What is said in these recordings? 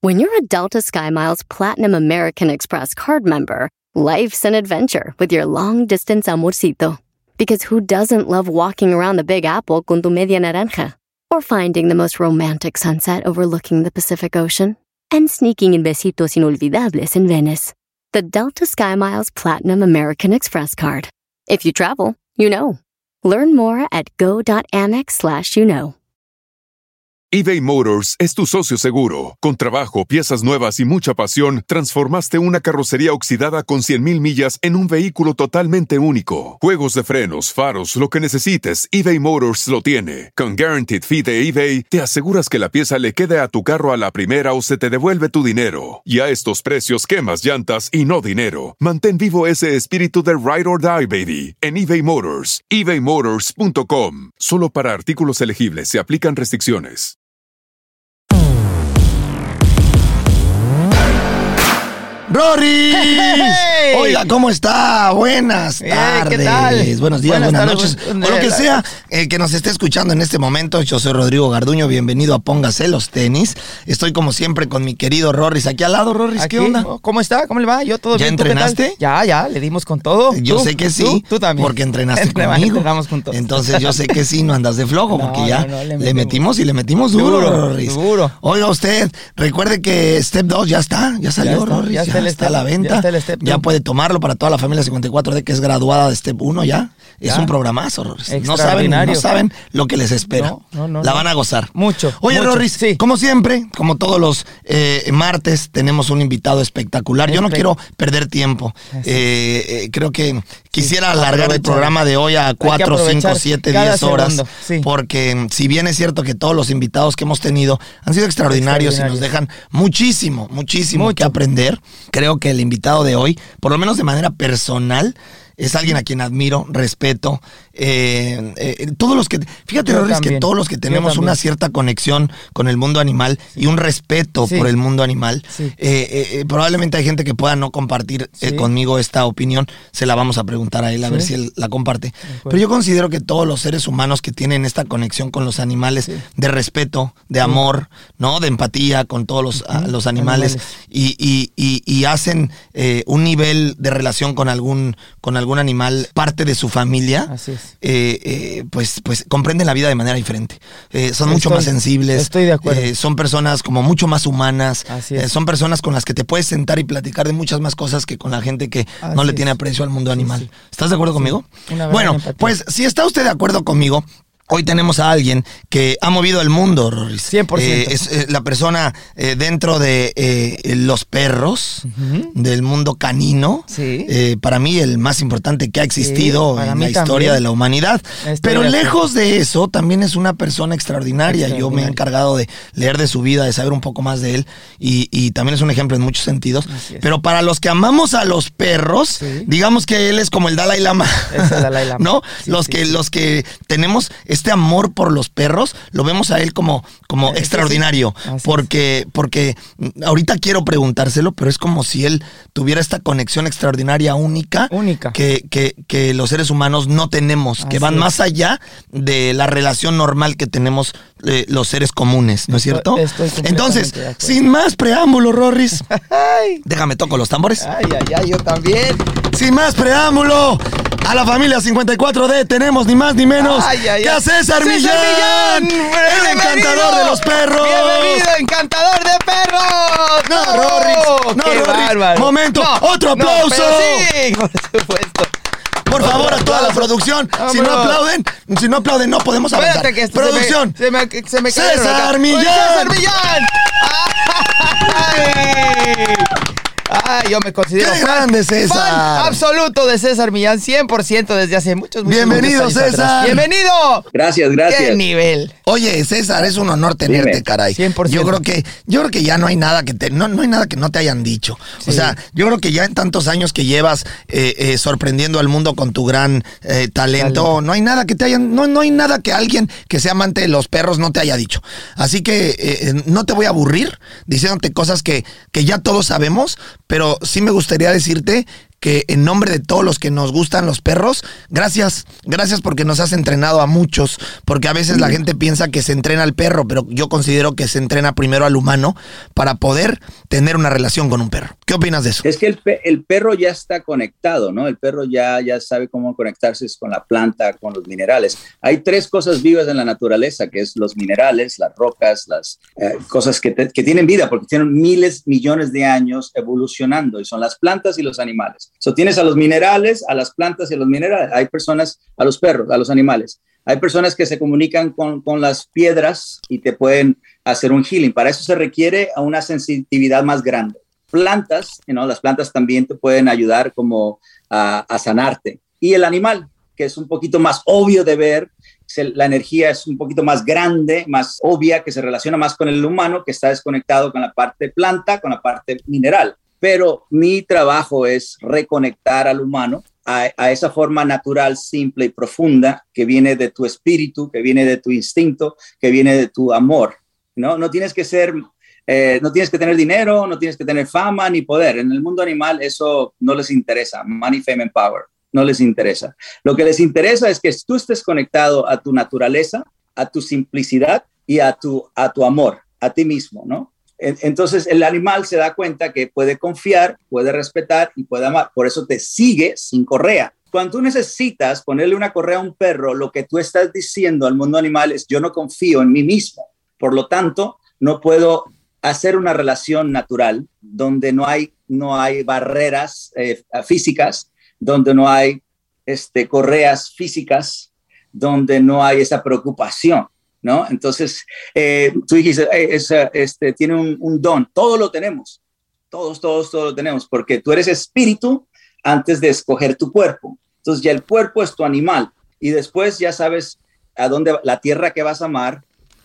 When you're a Delta SkyMiles Platinum American Express card member, life's an adventure with your long-distance amorcito. Because who doesn't love walking around the Big Apple con tu media naranja? Or finding the most romantic sunset overlooking the Pacific Ocean? And sneaking in besitos inolvidables in Venice. The Delta SkyMiles Platinum American Express card. If you travel, you know. Learn more at go.amex/you-know. eBay Motors es tu socio seguro. Con trabajo, piezas nuevas y mucha pasión, transformaste una carrocería oxidada con 100,000 millas en un vehículo totalmente único. Juegos de frenos, faros, lo que necesites, eBay Motors lo tiene. Con Guaranteed Fee de eBay, te aseguras que la pieza le quede a tu carro a la primera o se te devuelve tu dinero. Y a estos precios, quemas llantas y no dinero. Mantén vivo ese espíritu de Ride or Die, baby, en eBay Motors. ebaymotors.com. Solo para artículos elegibles se aplican restricciones. ¡Rory! Hey. Oiga, ¿cómo está? Buenas tardes. ¿Qué tal? Buenos días, buenas noches. O lo que sea sea. que nos esté escuchando en este momento. Yo soy Rodrigo Garduño. Bienvenido a Póngase los tenis. Estoy como siempre con mi querido Rorris. Aquí al lado, Rorris, ¿qué onda? ¿Cómo está? ¿Cómo le va? Yo todo ¿Ya bien. ¿Tú qué tal? entrenaste? Ya, le dimos con todo. Yo ¿Tú? sé que sí. Tú también. Porque entrenaste conmigo. Entrenamos juntos. Entonces yo sé que sí, no andas de flojo, No, porque ya no, le metimos y le metimos duro, Rorris. Duro. Oiga usted, recuerde que Step 2 ya está, ya salió, está, Rorris, ya está el está a Step, la venta. ya está el Step Ya 2. puede tomarlo para toda la familia 54D que es graduada de Step 1 ya. Es Ya. un programazo, Rorris. No Extraordinario. saben lo que les espera. No, La van a gozar. Mucho. Oye, mucho. Rorris, Sí. como siempre, como todos los martes, tenemos un invitado espectacular. Yo no quiero perder tiempo. Creo que quisiera alargar el aprovechar. programa de hoy a 4, 5, aprovechar 7, cada 10 horas. segundo, sí. Porque si bien es cierto que todos los invitados que hemos tenido han sido extraordinarios y nos dejan muchísimo Mucho. que aprender, creo que el invitado de hoy, por lo menos de manera personal, es alguien a quien admiro, respeto. Todos los que, fíjate, Yo Rorris, que también. todos los que Yo tenemos también. una cierta conexión con el mundo animal y un respeto Sí. por el mundo animal, Sí. probablemente hay gente que pueda no compartir Sí. conmigo esta opinión. Se la vamos a preguntar a él a Sí. ver si él la comparte. acuerdo. Pero yo considero que todos los seres humanos que tienen esta conexión con los animales, de respeto, de amor, ¿no? De empatía con todos los animales, y hacen un nivel de relación con algún animal parte de su familia, Así es. pues comprenden la vida de manera diferente. Son mucho más sensibles. Estoy de acuerdo. Son personas como mucho más humanas. Así es. Son personas con las que te puedes sentar y platicar de muchas más cosas que con la gente que Así no le es. tiene aprecio al mundo animal. sí. ¿Estás de acuerdo conmigo? Una gran Bueno, empatía. pues si está usted de acuerdo conmigo, hoy tenemos a alguien que ha movido el mundo, Rorris. 100%. Es la persona dentro de los perros, del mundo canino. Sí. Para mí el más importante que ha existido para en mí la historia también. de la humanidad. Estoy Pero de acuerdo. lejos de eso, también es una persona extraordinaria. Yo me he encargado de leer de su vida, de saber un poco más de él, y también es un ejemplo en muchos sentidos. Así es. Pero para los que amamos a los perros, Sí. digamos que él es como el Dalai Lama. Es el Dalai Lama. ¿No? Sí, los que tenemos este amor por los perros, lo vemos a él como Sí, extraordinario. sí. Así es. Porque ahorita quiero preguntárselo, pero es como si él tuviera esta conexión extraordinaria, única. Que los seres humanos no tenemos, que Así van es. más allá de la relación normal que tenemos los seres comunes, ¿no es cierto? Estoy completamente Entonces, de acuerdo. sin más preámbulo, Rorris, Ay, déjame toco los tambores. ay, yo también. Sin más preámbulo, a la familia 54D tenemos ni más ni menos que a César Millán, el encantador de los perros. Bienvenido, encantador de perros. No, Rorris, no, qué Rorris. bárbaro. Momento, otro no, aplauso. pero sí, por supuesto. Por favor, a toda la producción. Si no aplauden, no podemos avanzar. Espérate que esto Producción. se me cayeron César acá. Millán. ¡César Millán! ¡Ay! Ay, yo me considero ¡Qué grande, César! fan absoluto de César Millán, 100% desde hace muchos Bienvenido, muchos años César. atrás. ¡Bienvenido! Gracias. ¡Qué nivel! Oye, César, es un honor tenerte, Dime. caray. 100%. Yo creo que ya no hay nada que no hay nada que no te hayan dicho. Sí. O sea, yo creo que ya en tantos años que llevas sorprendiendo al mundo con tu gran talento, no hay nada que te hayan, no hay nada que alguien que sea amante de los perros no te haya dicho. Así que no te voy a aburrir diciéndote cosas que ya todos sabemos, pero sí me gustaría decirte que en nombre de todos los que nos gustan los perros, gracias porque nos has entrenado a muchos, porque a veces la gente piensa que se entrena al perro, pero yo considero que se entrena primero al humano para poder tener una relación con un perro. ¿Qué opinas de eso? Es que el perro ya está conectado, ¿no? El perro ya sabe cómo conectarse con la planta, con los minerales. Hay 3 cosas vivas en la naturaleza, que es los minerales, las rocas, las cosas que tienen vida, porque tienen miles, millones de años evolucionando, y son las plantas y los animales. Tienes a los minerales, a las plantas y a los minerales. Hay personas, a los perros, a los animales. Hay personas que se comunican con las piedras y te pueden hacer un healing. Para eso se requiere una sensitividad más grande. Plantas, las plantas también te pueden ayudar como a sanarte. Y el animal, que es un poquito más obvio de ver, la energía es un poquito más grande, más obvia, que se relaciona más con el humano, que está desconectado con la parte planta, con la parte mineral. Pero mi trabajo es reconectar al humano a esa forma natural, simple y profunda que viene de tu espíritu, que viene de tu instinto, que viene de tu amor. No tienes que no tienes que tener dinero, no tienes que tener fama ni poder. En el mundo animal eso no les interesa. Money, fame and power. No les interesa. Lo que les interesa es que tú estés conectado a tu naturaleza, a tu simplicidad y a tu amor, a ti mismo, ¿no? Entonces el animal se da cuenta que puede confiar, puede respetar y puede amar. Por eso te sigue sin correa. Cuando tú necesitas ponerle una correa a un perro, lo que tú estás diciendo al mundo animal es: yo no confío en mí mismo. Por lo tanto, no puedo hacer una relación natural donde no hay barreras físicas, donde no hay correas físicas, donde no hay esa preocupación, ¿no? Entonces, tú dijiste, tiene un don. Todos lo tenemos. Todos lo tenemos, porque tú eres espíritu antes de escoger tu cuerpo. Entonces, ya el cuerpo es tu animal. Y después ya sabes a dónde, la tierra que vas a amar,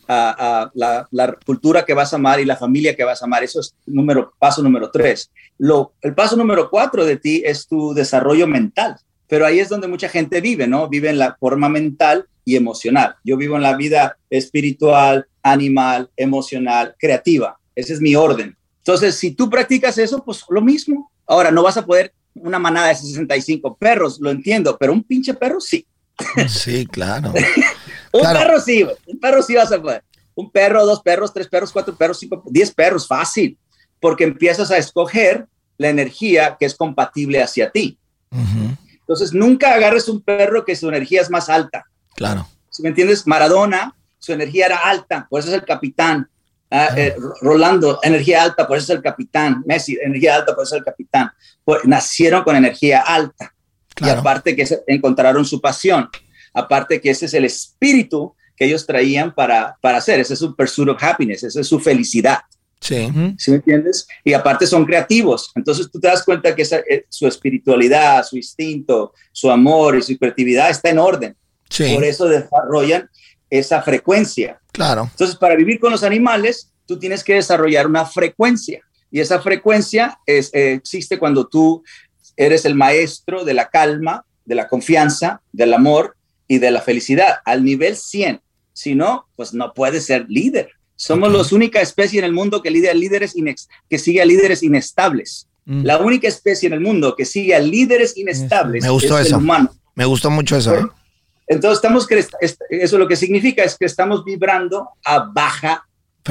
la cultura que vas a amar y la familia que vas a amar. Eso es paso número 3. El paso número 4 de ti es tu desarrollo mental. Pero ahí es donde mucha gente vive, ¿no? Vive en la forma mental y emocional. Yo vivo en la vida espiritual, animal, emocional, creativa. Ese es mi orden. Entonces, si tú practicas eso, pues lo mismo. Ahora, no vas a poder una manada de 65 perros, lo entiendo, pero un pinche perro sí. Sí, claro. Perro sí, güey. Un perro sí vas a poder. Un perro, 2 perros, 3 perros, 4 perros, 5, 10 perros, fácil. Porque empiezas a escoger la energía que es compatible hacia ti. Uh-huh. Entonces, nunca agarres un perro que su energía es más alta. Claro. ¿Sí me entiendes? Maradona, su energía era alta, por eso es el capitán. Rolando, energía alta, por eso es el capitán. Messi, energía alta, por eso es el capitán. Nacieron con energía alta. Claro. Y aparte que encontraron su pasión. Aparte que ese es el espíritu que ellos traían para hacer. Ese es su pursuit of happiness, esa es su felicidad. Sí. ¿Sí me entiendes? Y aparte son creativos. Entonces tú te das cuenta que su espiritualidad, su instinto, su amor y su creatividad está en orden. Sí. Por eso desarrollan esa frecuencia. Claro. Entonces, para vivir con los animales, tú tienes que desarrollar una frecuencia. Y esa frecuencia existe cuando tú eres el maestro de la calma, de la confianza, del amor y de la felicidad al nivel 100. Si no, pues no puedes ser líder. Somos la única especie en el mundo que sigue a líderes inestables. La única especie en el mundo que sigue a líderes inestables es el humano. Me gustó mucho eso. Entonces, eso lo que significa es que estamos vibrando a baja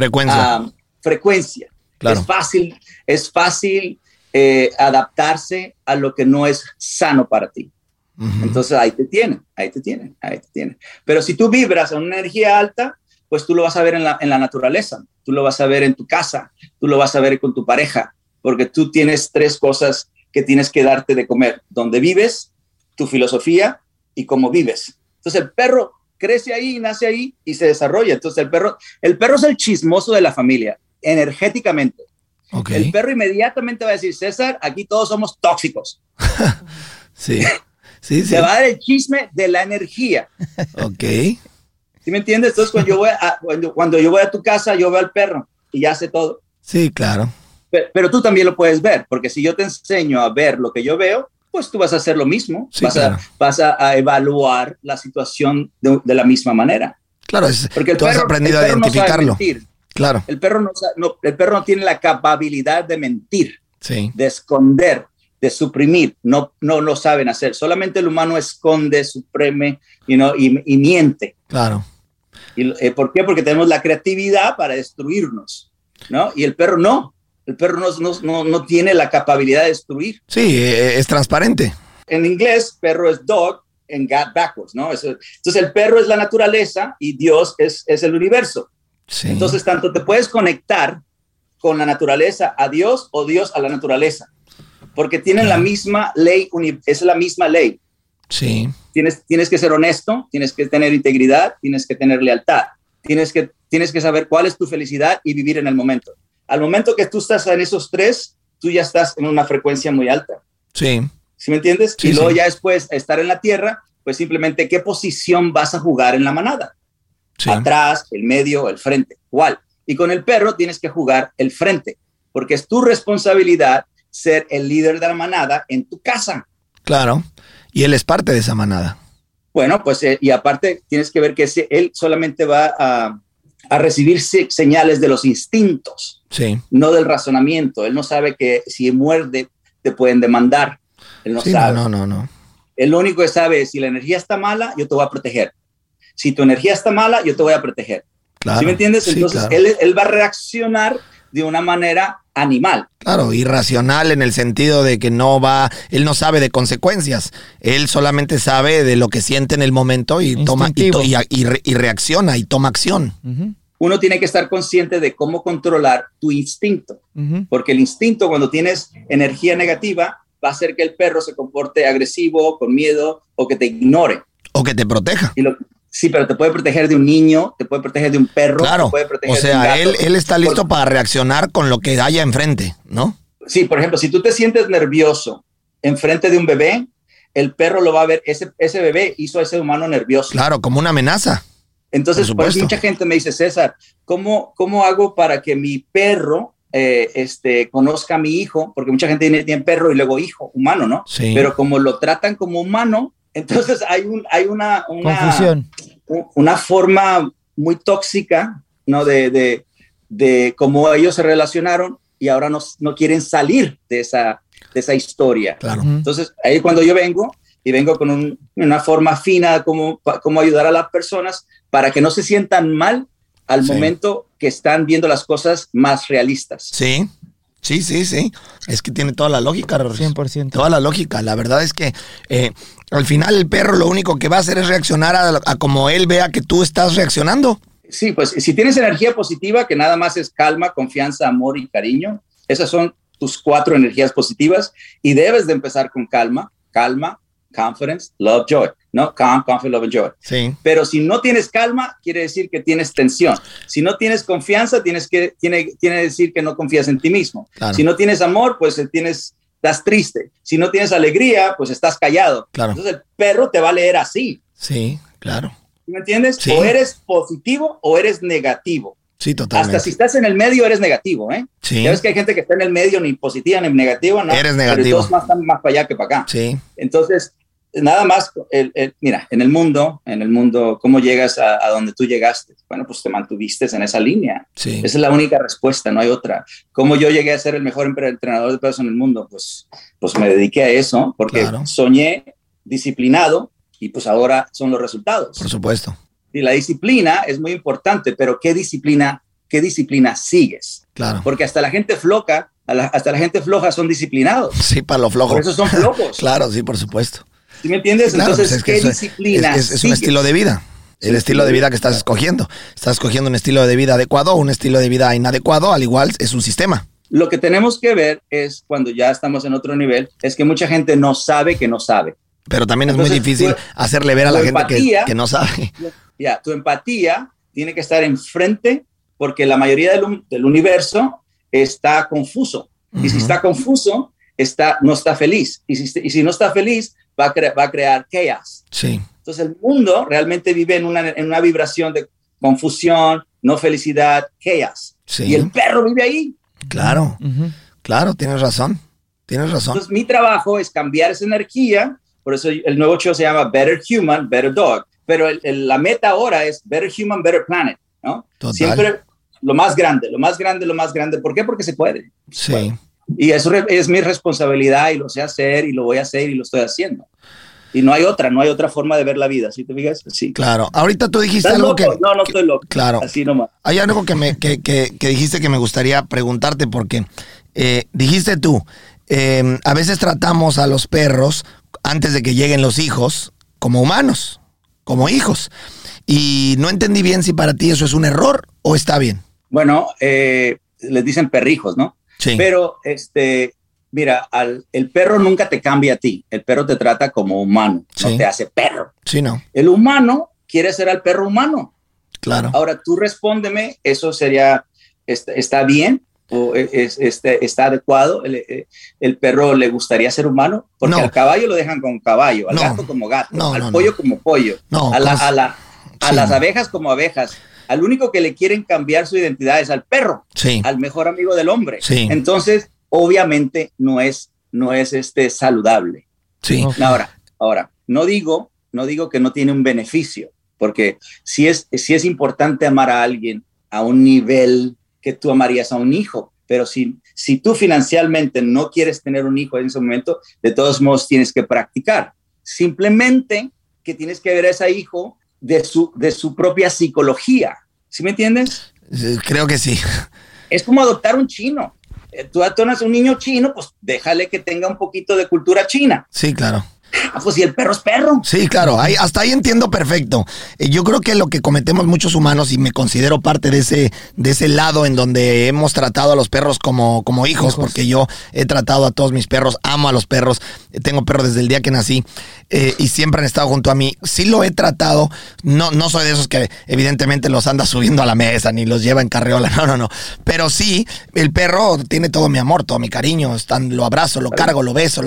frecuencia. Claro. Es fácil adaptarse a lo que no es sano para ti. Uh-huh. Entonces, ahí te tienen. Pero si tú vibras a una energía alta, pues tú lo vas a ver en la naturaleza, tú lo vas a ver en tu casa, tú lo vas a ver con tu pareja, porque tú tienes 3 cosas que tienes que darte de comer: donde vives, tu filosofía y cómo vives. Entonces el perro crece ahí, nace ahí y se desarrolla. Entonces el perro es el chismoso de la familia, energéticamente. Okay. El perro inmediatamente va a decir: César, aquí todos somos tóxicos. Sí. Se va a dar el chisme de la energía. Ok. ¿Sí me entiendes? Entonces, cuando yo voy a tu casa, yo veo al perro y ya sé todo. Sí, claro. Pero tú también lo puedes ver, porque si yo te enseño a ver lo que yo veo, pues tú vas a hacer lo mismo. Sí, vas a evaluar la situación de la misma manera. Claro, porque tú has aprendido a identificarlo. No sabe. Claro. El perro no tiene la capacidad de mentir, sí, de esconder. de suprimir, no lo saben hacer. Solamente el humano esconde, suprime, y miente. Claro. ¿Por qué? Porque tenemos la creatividad para destruirnos, ¿no? Y el perro no. El perro no tiene la capacidad de destruir. Sí, es transparente. En inglés, perro es dog, en God backwards, ¿no? Entonces el perro es la naturaleza y Dios es el universo. Sí. Entonces tanto te puedes conectar con la naturaleza a Dios o Dios a la naturaleza, porque tienen la misma ley, es la misma ley. Sí. Tienes que ser honesto, tienes que tener integridad, tienes que tener lealtad, tienes que saber cuál es tu felicidad y vivir en el momento. Al momento que tú estás en esos tres, tú ya estás en una frecuencia muy alta. Sí. ¿Sí me entiendes? Sí, y luego sí. ya después estar en la tierra, pues simplemente qué posición vas a jugar en la manada. Sí. Atrás, el medio, el frente. ¿Cuál? Y con el perro tienes que jugar el frente, porque es tu responsabilidad ser el líder de la manada en tu casa. Claro. Y él es parte de esa manada. Bueno, pues y aparte tienes que ver que él solamente va a recibir señales de los instintos, Sí. no del razonamiento. Él no sabe que si muerde te pueden demandar. Él no Sí, sabe. no. Él lo único que sabe es si la energía está mala, yo te voy a proteger. Si tu energía está mala, yo te voy a proteger. Claro. ¿Sí me entiendes? Sí, Entonces claro. él va a reaccionar de una manera animal. Claro, irracional en el sentido de que él no sabe de consecuencias. Él solamente sabe de lo que siente en el momento y toma y reacciona y toma acción. Ujú, Uno tiene que estar consciente de cómo controlar tu instinto, ujú. porque el instinto, cuando tienes energía negativa, va a hacer que el perro se comporte agresivo, con miedo o que te ignore. O que te proteja. Sí, pero te puede proteger de un niño, te puede proteger de un perro. Claro. Te puede proteger O de un sea, gato. él está listo para reaccionar con lo que haya enfrente, ¿no? Sí, por ejemplo, si tú te sientes nervioso enfrente de un bebé, el perro lo va a ver, ese bebé hizo a ese humano nervioso. Claro, como una amenaza. Entonces, Por por eso supuesto. mucha gente me dice, César, ¿cómo hago para que mi perro conozca a mi hijo? Porque mucha gente tiene perro y luego hijo, humano, ¿no? Sí. Pero como lo tratan como humano, entonces hay una Confusión. una forma muy tóxica, ¿no? De cómo ellos se relacionaron y ahora no quieren salir de esa historia. Claro. Ujú. Entonces, ahí cuando yo vengo con una forma fina, cómo ayudar a las personas para que no se sientan mal al Sí. momento que están viendo las cosas más realistas. Sí. Es que tiene toda la lógica, Rorris. 100%. Toda la lógica. La verdad es que al final el perro lo único que va a hacer es reaccionar a como él vea que tú estás reaccionando. Sí, pues si tienes energía positiva, que nada más es calma, confianza, amor y cariño, esas son tus 4 energías positivas y debes de empezar con calma, confidence, love, joy, ¿no? Calm, confidence, love and joy. Sí. Pero si no tienes calma, quiere decir que tienes tensión. Si no tienes confianza, tiene decir que no confías en ti mismo. Claro. Si no tienes amor, pues estás triste. Si no tienes alegría, pues estás callado. Claro. Entonces el perro te va a leer así. Sí, claro. ¿Sí me entiendes? Sí. O eres positivo o eres negativo. Sí, totalmente. Hasta si estás en el medio, eres negativo, ¿eh? Sí. Ya ves que hay gente que está en el medio, ni positiva ni negativa, ¿no? Eres Pero negativo. todos están más para allá que para acá. Sí. Entonces, nada más, mira, en el mundo, ¿cómo llegas a donde tú llegaste? Bueno, pues te mantuviste en esa línea. Sí. Esa es la única respuesta, no hay otra. ¿Cómo yo llegué a ser el mejor entrenador de perros en el mundo? Pues me dediqué a eso porque Claro. soñé disciplinado y pues ahora son los resultados. Por supuesto. Y la disciplina es muy importante, pero ¿qué disciplina sigues? Claro. Porque hasta la gente floja son disciplinados. Sí, para lo flojo. Por eso son flojos. Claro, sí, por supuesto. ¿Sí me entiendes? Claro, Entonces, pues es que ¿qué eso disciplina es un sigues? estilo de vida. El Sí, estilo de vida que estás escogiendo. Estás escogiendo un estilo de vida adecuado o un estilo de vida inadecuado, al igual es un sistema. Lo que tenemos que ver es, cuando ya estamos en otro nivel, es que mucha gente no sabe que no sabe. Pero también es Entonces, muy difícil hacerle ver a tu la gente empatía- que no sabe. Ya, tu empatía tiene que estar enfrente porque la mayoría del universo está confuso. Y si Ujú. está confuso, no está feliz. Y si no está feliz, va a crear chaos. Sí, Entonces el mundo realmente vive en una vibración de confusión, no felicidad, chaos. sí. Y el perro vive ahí. Claro, Ujú. claro, tienes razón. Tienes razón. Entonces mi trabajo es cambiar esa energía. Por eso el nuevo show se llama Better Human, Better Dog. Pero la meta ahora es Better Human, Better Planet, ¿no? Total. Siempre lo más grande. ¿Por qué? Porque se puede. Sí. Y eso es mi responsabilidad y lo sé hacer y lo voy a hacer y lo estoy haciendo. Y no hay otra forma de ver la vida, ¿sí te fijas? Sí. Claro. Ahorita tú dijiste algo loco? No estoy loco. Claro. Así nomás. Hay algo que dijiste que me gustaría preguntarte porque dijiste tú, a veces tratamos a los perros antes de que lleguen los hijos como humanos, como hijos. Y no entendí bien si para ti eso es un error o está bien. Bueno, les dicen perrijos, ¿no? Sí. Pero, mira, el perro nunca te cambia a ti. El perro te trata como humano, no te hace perro. Sí, no. El humano quiere ser al perro humano. Claro. Ahora, tú respóndeme, ¿eso sería, está bien? ¿O está adecuado? ¿El perro le gustaría ser humano? Porque al caballo lo dejan como caballo, al gato como gato, al pollo como pollo, a las abejas como abejas. Al único que le quieren cambiar su identidad es al perro, al mejor amigo del hombre. Sí. Entonces, obviamente no es saludable. Sí. Ahora, no digo que no tiene un beneficio, porque si es importante amar a alguien a un nivel que tú amarías a un hijo, pero si tú financieramente no quieres tener un hijo en ese momento, de todos modos tienes que practicar. Simplemente que tienes que ver a ese hijo de su propia psicología. ¿Sí me entiendes? Creo que sí. Es como adoptar un chino. Tú adoptas un niño chino, pues déjale que tenga un poquito de cultura china. Sí, claro. Pues si el perro es perro. Sí, claro, hasta ahí entiendo perfecto. Yo creo que lo que cometemos muchos humanos, y me considero parte de ese lado en donde hemos tratado a los perros como hijos, porque yo he tratado a todos mis perros, amo a los perros, tengo perros desde el día que nací, y siempre han estado junto a mí. Sí lo he tratado, no soy de esos que evidentemente los anda subiendo a la mesa, ni los lleva en carriola, no. Pero sí, el perro tiene todo mi amor, todo mi cariño, lo abrazo, lo cargo, lo beso.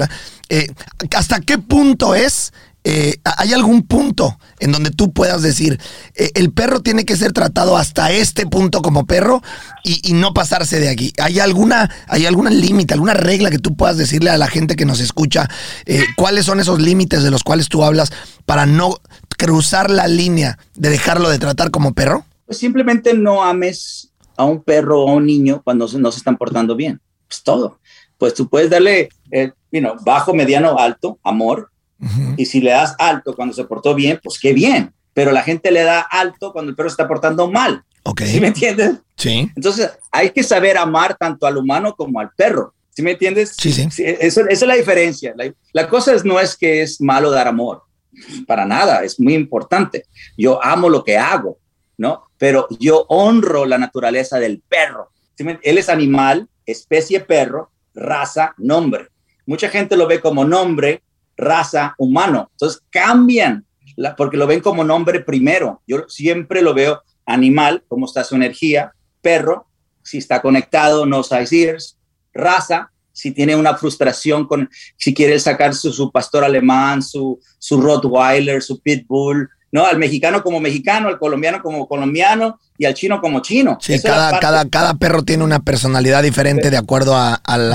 ¿Hasta qué punto es? ¿Hay algún punto en donde tú puedas decir el perro tiene que ser tratado hasta este punto como perro y no pasarse de aquí? ¿Hay algún límite, alguna regla que tú puedas decirle a la gente que nos escucha? ¿Cuáles son esos límites de los cuales tú hablas para no cruzar la línea de dejarlo de tratar como perro? Pues simplemente no ames a un perro o a un niño cuando no se están portando bien. Pues todo. Pues tú puedes darle bajo, mediano, alto, amor. Uh-huh. Y si le das alto cuando se portó bien, pues qué bien. Pero la gente le da alto cuando el perro se está portando mal. Okay. ¿Sí me entiendes? Sí. Entonces hay que saber amar tanto al humano como al perro. ¿Sí me entiendes? Sí. Esa es la diferencia. La cosa no es que es malo dar amor. Para nada. Es muy importante. Yo amo lo que hago, ¿no? Pero yo honro la naturaleza del perro. ¿Sí él es animal, especie perro, raza, nombre. Mucha gente lo ve como nombre, raza, humano. Entonces cambian porque lo ven como nombre primero. Yo siempre lo veo animal, cómo está su energía, perro, si está conectado, no size ears, raza, si tiene una frustración si quiere sacar su pastor alemán, su Rottweiler, su Pitbull, ¿no? Al mexicano como mexicano, al colombiano como colombiano y al chino como chino. Sí, cada perro tiene una personalidad diferente de acuerdo a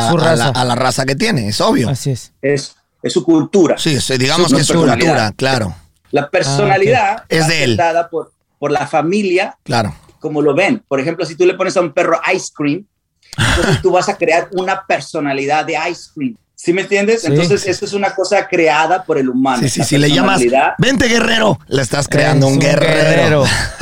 la raza que tiene, es obvio. Así es. Es su cultura. Sí, digamos que es su cultura, claro. La personalidad es de él. Dada por la familia, claro, como lo ven. Por ejemplo, si tú le pones a un perro ice cream, entonces tú vas a crear una personalidad de ice cream. ¿Sí me entiendes? Sí. Entonces, esto es una cosa creada por el humano. Sí, si le llamas, vente guerrero, le estás creando un guerrero.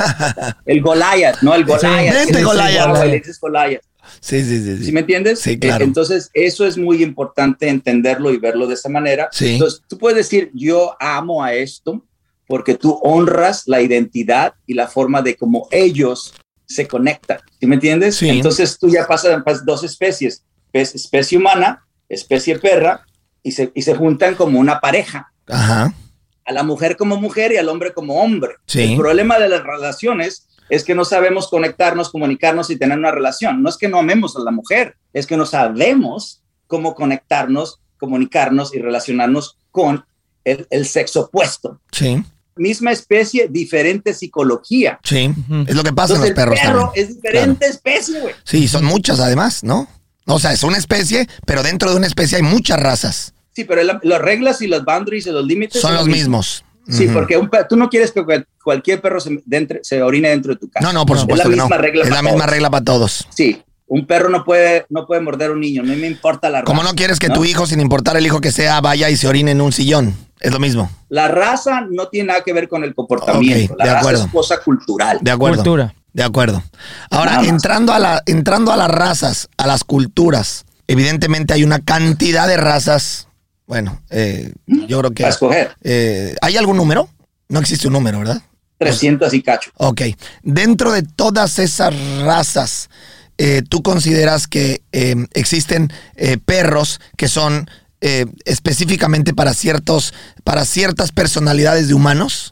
El Goliath, ¿no? El Goliath. Vente Goliath. Sí. ¿Sí me entiendes? Sí, claro. Entonces, eso es muy importante entenderlo y verlo de esa manera. Sí. Entonces, tú puedes decir, yo amo a esto porque tú honras la identidad y la forma de cómo ellos se conectan. ¿Sí me entiendes? Sí. Entonces, tú ya pasas dos especies, especie humana, especie perra, y se juntan como una pareja. Ajá. A la mujer como mujer y al hombre como hombre. Sí. El problema de las relaciones es que no sabemos conectarnos, comunicarnos y tener una relación. No es que no amemos a la mujer, es que no sabemos cómo conectarnos, comunicarnos y relacionarnos con el sexo opuesto. Sí. Misma especie, diferente psicología. Sí, es lo que pasa. Entonces, en los perros el perro también. Es diferente especie, güey. Sí, son muchas además, ¿no? O sea, es una especie, pero dentro de una especie hay muchas razas. Sí, pero las reglas y los boundaries y los límites son los mismos. Sí, porque tú no quieres que cualquier perro se orine dentro de tu casa. No, por supuesto que no. Es la misma regla para todos. Sí, Un perro no puede morder a un niño, no me importa la raza. ¿Cómo no quieres que tu hijo, sin importar el hijo que sea, vaya y se orine en un sillón? Es lo mismo. La raza no tiene nada que ver con el comportamiento. Okay, la raza es cosa cultural. De acuerdo. Cultura. De acuerdo. Ahora, entrando a las razas, a las culturas, evidentemente hay una cantidad de razas. Bueno, yo creo que... Para escoger. ¿Hay algún número? No existe un número, ¿verdad? 300 y cacho. Ok. Dentro de todas esas razas, ¿tú consideras que existen perros que son específicamente para ciertas personalidades de humanos?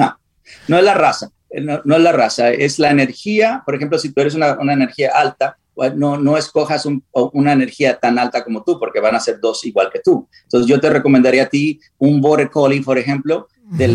No es la raza. No es la raza, es la energía. Por ejemplo, si tú eres una energía alta, no escojas una energía tan alta como tú, porque van a ser dos igual que tú. Entonces yo te recomendaría a ti un Border Collie, por ejemplo,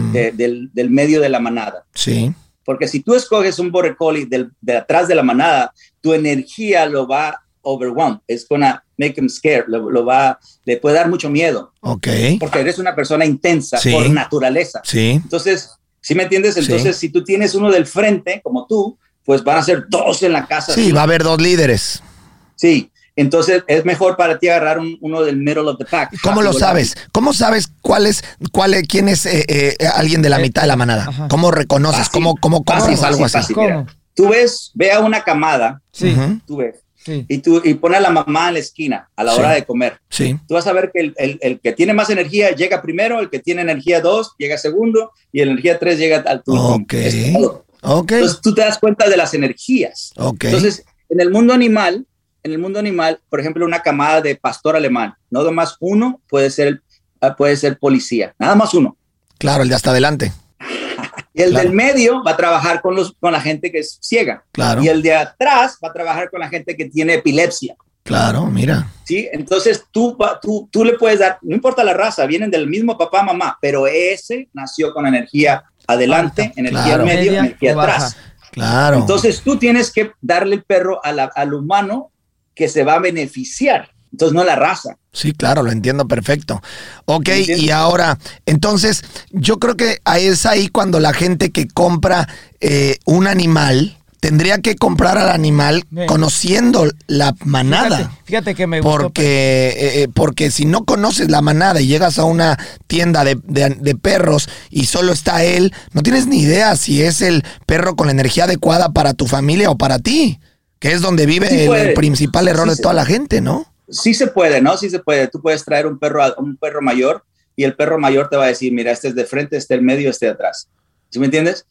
del medio de la manada. Sí. Porque si tú escoges un Border Collie de atrás de la manada, tu energía lo va a overwhelm. Es gonna make him scared. Le puede dar mucho miedo. Ok. Porque eres una persona intensa por naturaleza. Sí. Entonces, ¿sí me entiendes? Entonces, si tú tienes uno del frente, como tú, pues van a ser dos en la casa. Sí, va a haber dos líderes. Sí, entonces es mejor para ti agarrar uno del middle of the pack. ¿Cómo lo sabes? ¿Cómo sabes quién es alguien de la mitad de la manada? Ajá. ¿Cómo reconoces? Fácil, ¿Cómo conoces algo así? ¿Cómo? Tú ve a una camada, tú ves, y pone a la mamá en la esquina a la hora de comer. Sí. Tú vas a ver que el que tiene más energía llega primero, el que tiene energía 2 llega segundo y el energía 3 llega al turno. Okay. Entonces tú te das cuenta de las energías. Entonces, en el mundo animal, por ejemplo, una camada de pastor alemán, no nomás uno puede ser policía, nada más uno. Claro, el de hasta adelante. Y el del medio va a trabajar con la gente que es ciega. Claro. Y el de atrás va a trabajar con la gente que tiene epilepsia. Claro, mira. Sí, entonces tú le puedes dar, no importa la raza, vienen del mismo papá, mamá, pero ese nació con energía adelante, energía medio, energía atrás. Claro. Entonces tú tienes que darle el perro al humano que se va a beneficiar. Entonces no la raza. Sí, claro, lo entiendo perfecto. Ok, y ahora, entonces, yo creo que es ahí cuando la gente que compra un animal tendría que comprar al animal conociendo la manada. Fíjate que me gustó. Porque si no conoces la manada y llegas a una tienda de perros y solo está él, no tienes ni idea si es el perro con la energía adecuada para tu familia o para ti, que es donde vive el principal error de toda la gente, ¿no? Sí se puede, ¿no? Sí se puede. Tú puedes traer un perro mayor y el perro mayor te va a decir, mira, este es de frente, este es el medio, este de atrás. ¿Sí me entiendes?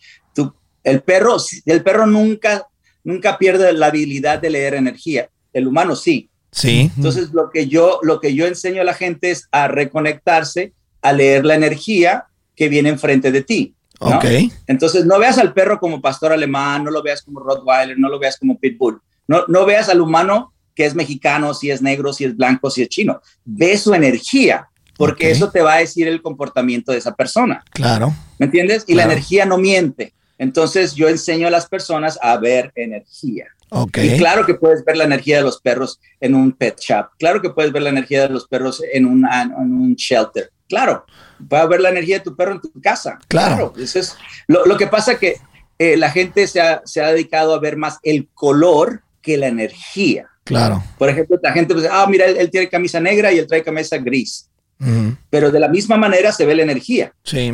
El perro nunca pierde la habilidad de leer energía. El humano sí. Sí. Entonces, lo que yo enseño a la gente es a reconectarse, a leer la energía que viene enfrente de ti, ¿no? Ok. Entonces, no veas al perro como pastor alemán, no lo veas como Rottweiler, no lo veas como Pitbull. No veas al humano que es mexicano, si es negro, si es blanco, si es chino. Ve su energía, porque eso te va a decir el comportamiento de esa persona. Claro. ¿Me entiendes? Y la energía no miente. Entonces yo enseño a las personas a ver energía. Y claro que puedes ver la energía de los perros en un pet shop. Claro que puedes ver la energía de los perros en un shelter. Claro. Puedes ver la energía de tu perro en tu casa. Claro. Eso es lo que pasa que la gente se ha dedicado a ver más el color que la energía. Claro. Por ejemplo, la gente dice, mira, él tiene camisa negra y él trae camisa gris. Pero de la misma manera se ve la energía. Sí.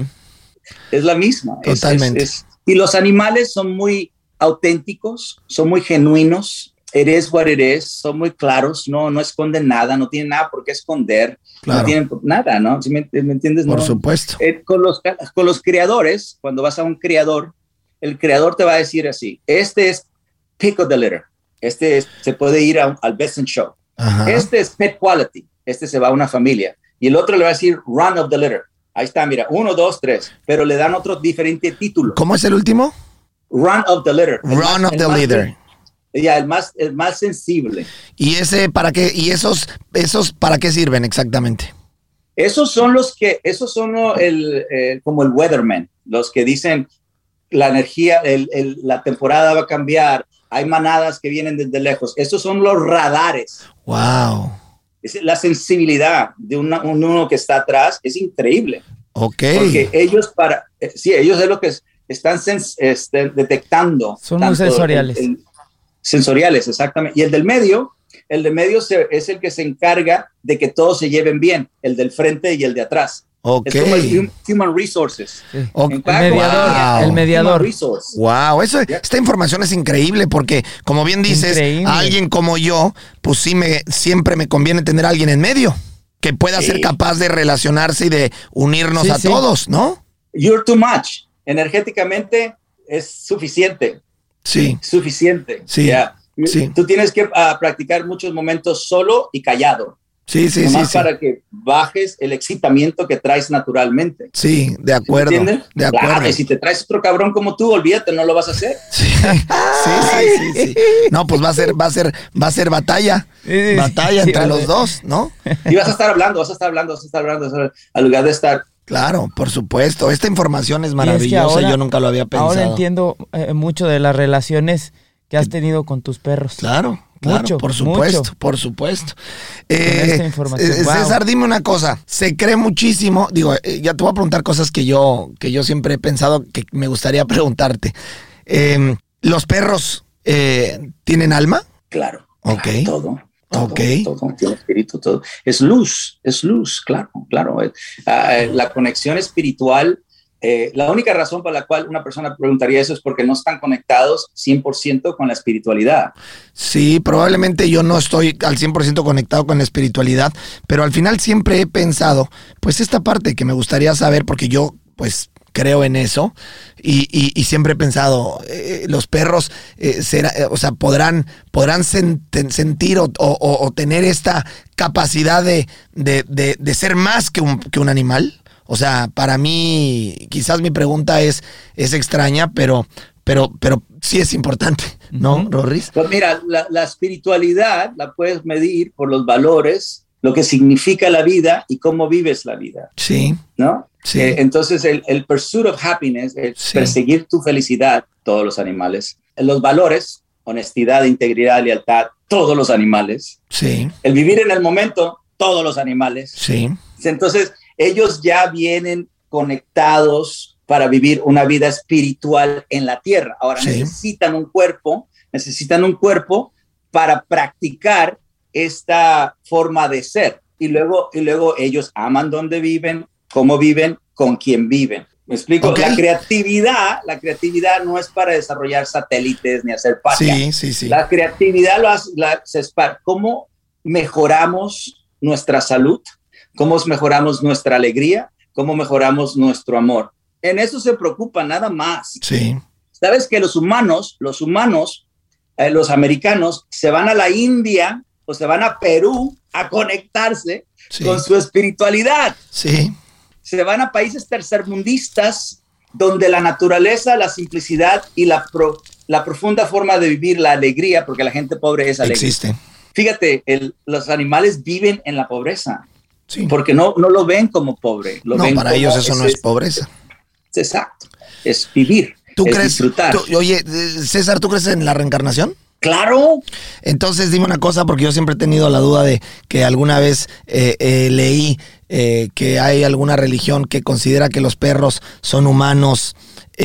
Es la misma. Totalmente. Y los animales son muy auténticos, son muy genuinos. It is what it is. Son muy claros, no esconden nada, no tienen nada por qué esconder. Claro. No tienen nada, ¿no? ¿Sí me entiendes? Por supuesto. Con los criadores, cuando vas a un criador, el criador te va a decir así, este es pick of the litter. Se puede ir al Best in Show. Ajá. Este es Pet Quality. Este se va a una familia. Y el otro le va a decir Run of the Litter. Ahí está, mira, 1, 2, 3. Pero le dan otro diferente título. ¿Cómo es el último? Run of the Litter. Run of the Litter. Ya, el más sensible. ¿Y ese para qué? ¿Y esos para qué sirven exactamente? Esos son como el weatherman. Los que dicen la energía, la temporada va a cambiar. Hay manadas que vienen desde lejos. Estos son los radares. Wow. La sensibilidad de uno que está atrás es increíble. Ok. Porque ellos ellos es lo que están detectando. Son muy sensoriales. Sensoriales, exactamente. Y el del medio es el que se encarga de que todos se lleven bien, el del frente y el de atrás. Ok. Es como el Human Resources. Sí. Okay. El mediador. Wow, esta información es increíble porque, como bien dices, a alguien como yo, pues siempre me conviene tener a alguien en medio que pueda ser capaz de relacionarse y de unirnos a todos, ¿no? You're too much. Energéticamente es suficiente. Sí. Suficiente. Sí. Yeah. Sí. Tú tienes que practicar muchos momentos solo y callado. Sí. Para que bajes el excitamiento que traes naturalmente. Sí, de acuerdo. ¿Sí entiendes? De acuerdo. Claro, y si te traes otro cabrón como tú, olvídate, no lo vas a hacer. Sí. No, pues va a ser batalla. Batalla entre los dos, ¿no? Y vas a estar hablando, al lugar de estar. Claro, por supuesto. Esta información es maravillosa, ahora, yo nunca lo había pensado. Ahora entiendo mucho de las relaciones que has tenido con tus perros. Claro, mucho, por supuesto, mucho. por supuesto. Esta información. César, dime una cosa. Se cree muchísimo, ya te voy a preguntar cosas que yo siempre he pensado que me gustaría preguntarte. ¿Los perros tienen alma? Claro. Ok. Todo. Ok. Todo, tiene espíritu, todo. Es luz, claro. La conexión espiritual. La única razón por la cual una persona preguntaría eso es porque no están conectados 100% con la espiritualidad. Sí, probablemente yo no estoy al 100% conectado con la espiritualidad, pero al final siempre he pensado, pues esta parte que me gustaría saber, porque yo pues creo en eso y siempre he pensado, los perros podrán sentir o tener esta capacidad de ser más que un animal. O sea, para mí, quizás mi pregunta es extraña, pero sí es importante, ¿no, Rorris? Pues mira, la espiritualidad la puedes medir por los valores, lo que significa la vida y cómo vives la vida. Sí. ¿No? Sí. Entonces, el pursuit of happiness, perseguir tu felicidad, todos los animales. Los valores, honestidad, integridad, lealtad, todos los animales. Sí. El vivir en el momento, todos los animales. Sí. Entonces, ellos ya vienen conectados para vivir una vida espiritual en la tierra. Ahora necesitan un cuerpo para practicar esta forma de ser. Y luego ellos aman donde viven, cómo viven, con quién viven. ¿Me explico? Okay. La creatividad no es para desarrollar satélites ni hacer patria. Sí. La creatividad es para cómo mejoramos nuestra salud, cómo mejoramos nuestra alegría, cómo mejoramos nuestro amor. En eso se preocupa nada más. Sí. ¿Sabes que los humanos, los americanos, se van a la India o se van a Perú a conectarse con su espiritualidad? Sí. Se van a países tercermundistas donde la naturaleza, la simplicidad y la profunda forma de vivir la alegría, porque la gente pobre es alegre. Existe. Fíjate, los animales viven en la pobreza. Sí. Porque no lo ven como pobre. Ven para como ellos eso no es pobreza. Exacto. Es vivir. ¿Tú es crees? Disfrutar. Oye, César, ¿tú crees en la reencarnación? Claro. Entonces dime una cosa, porque yo siempre he tenido la duda de que alguna vez leí que hay alguna religión que considera que los perros son humanos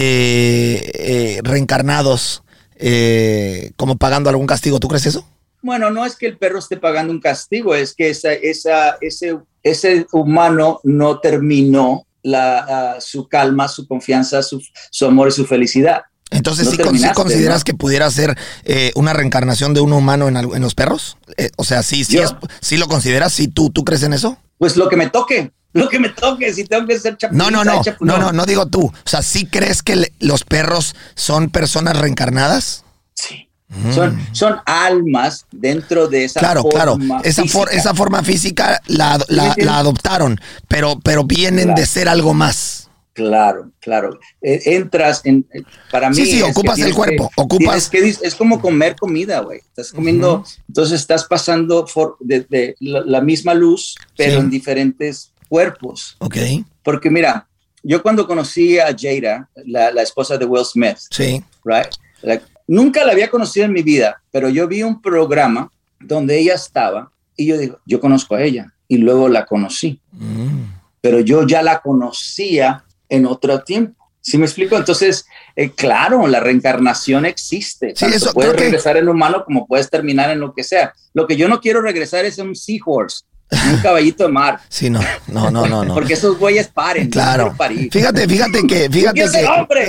reencarnados como pagando algún castigo. ¿Tú crees eso? Bueno, no es que el perro esté pagando un castigo, es que ese humano no terminó su calma, su confianza, su amor y su felicidad. Entonces, no ¿sí consideras que pudiera ser una reencarnación de un humano en los perros? O sea, ¿sí lo consideras? ¿Sí tú crees en eso? Pues lo que me toque, si tengo que ser chapulín. No digo tú. O sea, ¿sí crees que los perros son personas reencarnadas? Sí. Son almas dentro de esa forma física. Esa forma física la adoptaron, pero vienen de ser algo más. Claro. Entras en... Para mí... Sí, ocupas el cuerpo. Es como comer comida, güey. Estás comiendo... Entonces estás pasando de la misma luz, pero en diferentes cuerpos. Ok. Porque mira, yo cuando conocí a Jada, la esposa de Will Smith, right? Nunca la había conocido en mi vida, pero yo vi un programa donde ella estaba y yo digo, yo conozco a ella. Y luego la conocí. Pero yo ya la conocía en otro tiempo. ¿Sí me explico? Entonces, claro, la reencarnación existe. Sí, eso, puedes regresar en humano como puedes terminar en lo que sea. Lo que yo no quiero regresar es un seahorse, un caballito de mar. Sí, no. Porque esos güeyes paren. Claro. Fíjate que. ¡Hombre!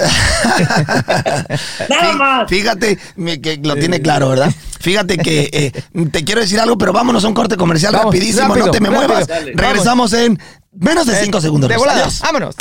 ¡Nada más! Fíjate que lo tiene claro, ¿verdad? Fíjate que te quiero decir algo, pero vámonos a un corte comercial rapidísimo. Rápido, no te me muevas. Dale. Regresamos en menos de 5 segundos. De volada. Vámonos.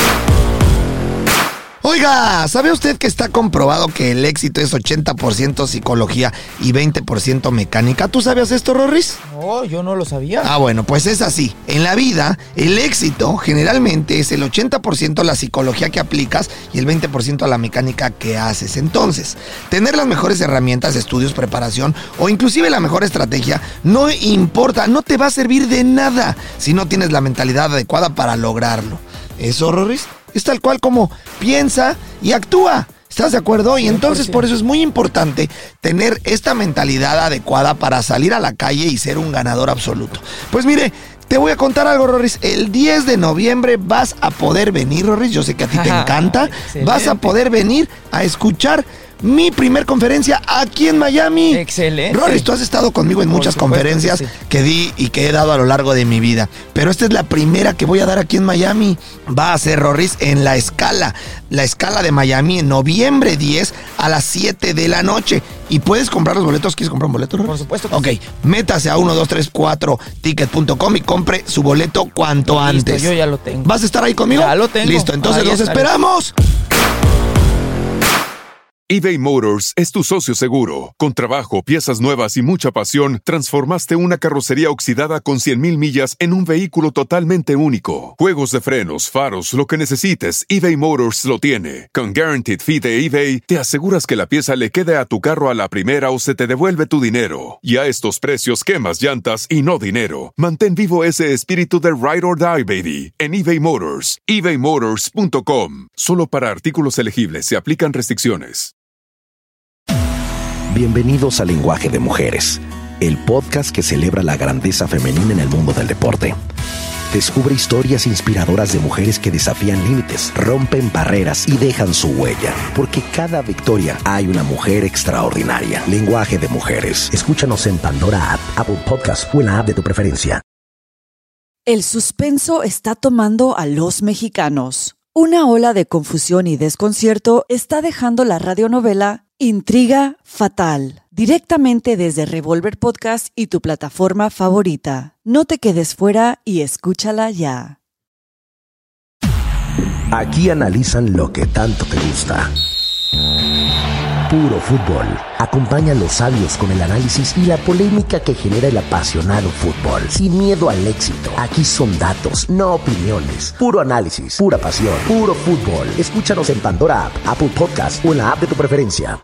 Oiga, ¿sabe usted que está comprobado que el éxito es 80% psicología y 20% mecánica? ¿Tú sabías esto, Rorris? No, yo no lo sabía. Ah, bueno, pues es así. En la vida, el éxito generalmente es el 80% la psicología que aplicas y el 20% la mecánica que haces. Entonces, tener las mejores herramientas, estudios, preparación o inclusive la mejor estrategia no importa, no te va a servir de nada si no tienes la mentalidad adecuada para lograrlo. ¿Eso, Rorris? Es tal cual como piensa y actúa. ¿Estás de acuerdo? Y entonces por eso es muy importante tener esta mentalidad adecuada para salir a la calle y ser un ganador absoluto. Pues mire, te voy a contar algo, Rorris. El 10 de noviembre vas a poder venir, Rorris. Yo sé que a ti te encanta. Vas a poder venir a escuchar mi primer conferencia aquí en Miami. Excelente. Rorris, tú has estado conmigo en muchas conferencias que di y que he dado a lo largo de mi vida. Pero esta es la primera que voy a dar aquí en Miami. Va a ser, Rorris, en La Escala de Miami, en noviembre 10 a las 7 de la noche. Y puedes comprar los boletos. ¿Quieres comprar un boleto, Rorris? Por supuesto que sí. Métase a 1234ticket.com y compre su boleto cuanto antes. Yo ya lo tengo. ¿Vas a estar ahí conmigo? Ya lo tengo. Listo, entonces los esperamos. eBay Motors es tu socio seguro. Con trabajo, piezas nuevas y mucha pasión, transformaste una carrocería oxidada con 100,000 millas en un vehículo totalmente único. Juegos de frenos, faros, lo que necesites, eBay Motors lo tiene. Con Guaranteed Fee de eBay, te aseguras que la pieza le quede a tu carro a la primera o se te devuelve tu dinero. Y a estos precios, quemas llantas y no dinero. Mantén vivo ese espíritu de Ride or Die, baby, en eBay Motors. ebaymotors.com. Solo para artículos elegibles se aplican restricciones. Bienvenidos a Lenguaje de Mujeres, el podcast que celebra la grandeza femenina en el mundo del deporte. Descubre historias inspiradoras de mujeres que desafían límites, rompen barreras y dejan su huella. Porque cada victoria hay una mujer extraordinaria. Lenguaje de Mujeres. Escúchanos en Pandora App, Apple Podcast o en la app de tu preferencia. El suspenso está tomando a los mexicanos. Una ola de confusión y desconcierto está dejando la radionovela Intriga Fatal, directamente desde Revolver Podcast y tu plataforma favorita. No te quedes fuera y escúchala ya. Aquí analizan lo que tanto te gusta. Puro fútbol. Acompaña a los sabios con el análisis y la polémica que genera el apasionado fútbol. Sin miedo al éxito. Aquí son datos, no opiniones. Puro análisis, pura pasión, puro fútbol. Escúchanos en Pandora App, Apple Podcast o en la app de tu preferencia.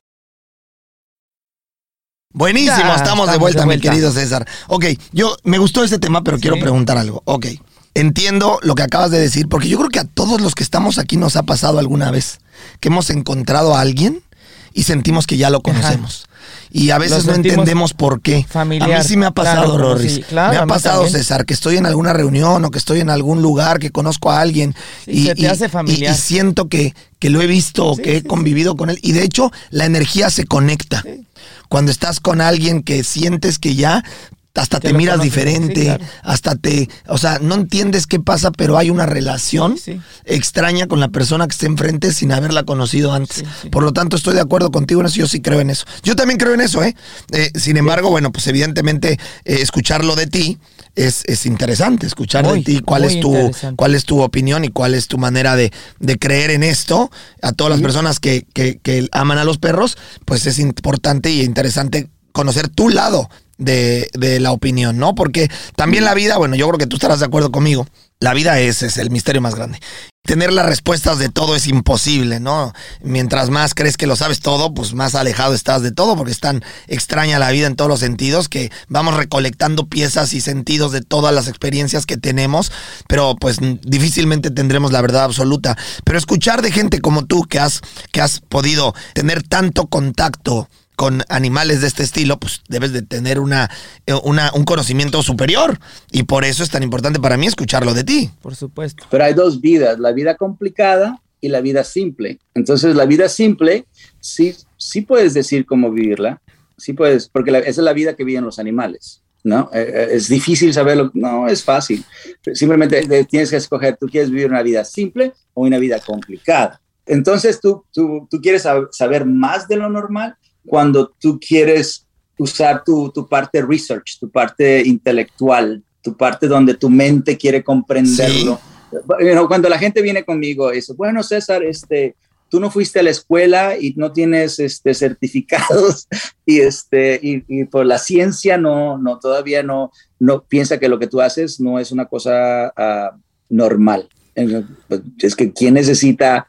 Buenísimo, estamos de vuelta, mi querido César. Ok, me gustó este tema, pero quiero preguntar algo. Ok, entiendo lo que acabas de decir, porque yo creo que a todos los que estamos aquí nos ha pasado alguna vez que hemos encontrado a alguien y sentimos que ya lo conocemos. Y a veces no entendemos por qué. Familiar. A mí sí me ha pasado, Rorris. Sí, claro, me ha pasado, también. César, que estoy en alguna reunión o que estoy en algún lugar que conozco a alguien se te hace familiar. y siento que lo he visto o que he convivido con él. Y de hecho, la energía se conecta. Sí. Cuando estás con alguien que sientes que ya hasta te miras diferente, o sea, no entiendes qué pasa, pero hay una relación extraña con la persona que está enfrente sin haberla conocido antes. Por lo tanto, estoy de acuerdo contigo en eso, yo sí creo en eso. Yo también creo en eso, sin embargo, bueno, pues evidentemente escucharlo de ti es interesante, escuchar de ti cuál es tu opinión y cuál es tu manera de creer en esto. A todas las personas que aman a los perros, pues es importante y interesante conocer tu lado de la opinión, ¿no? Porque también la vida, bueno, yo creo que tú estarás de acuerdo conmigo, la vida es el misterio más grande. Tener las respuestas de todo es imposible, ¿no? Mientras más crees que lo sabes todo, pues más alejado estás de todo, porque es tan extraña la vida en todos los sentidos que vamos recolectando piezas y sentidos de todas las experiencias que tenemos, pero pues difícilmente tendremos la verdad absoluta. Pero escuchar de gente como tú que has podido tener tanto contacto con animales de este estilo, pues debes de tener un conocimiento superior. Y por eso es tan importante para mí escucharlo de ti. Por supuesto. Pero hay dos vidas, la vida complicada y la vida simple. Entonces, la vida simple, sí puedes decir cómo vivirla, sí puedes, porque esa es la vida que viven los animales, ¿no? Es difícil saberlo, no es fácil. Simplemente tienes que escoger, ¿tú quieres vivir una vida simple o una vida complicada? Entonces, tú quieres saber más de lo normal cuando tú quieres usar tu parte research, tu parte intelectual, tu parte donde tu mente quiere comprenderlo. Sí. Cuando la gente viene conmigo y dice, bueno, César, tú no fuiste a la escuela y no tienes certificados y por la ciencia todavía no piensa que lo que tú haces no es una cosa normal. Es que ¿quién necesita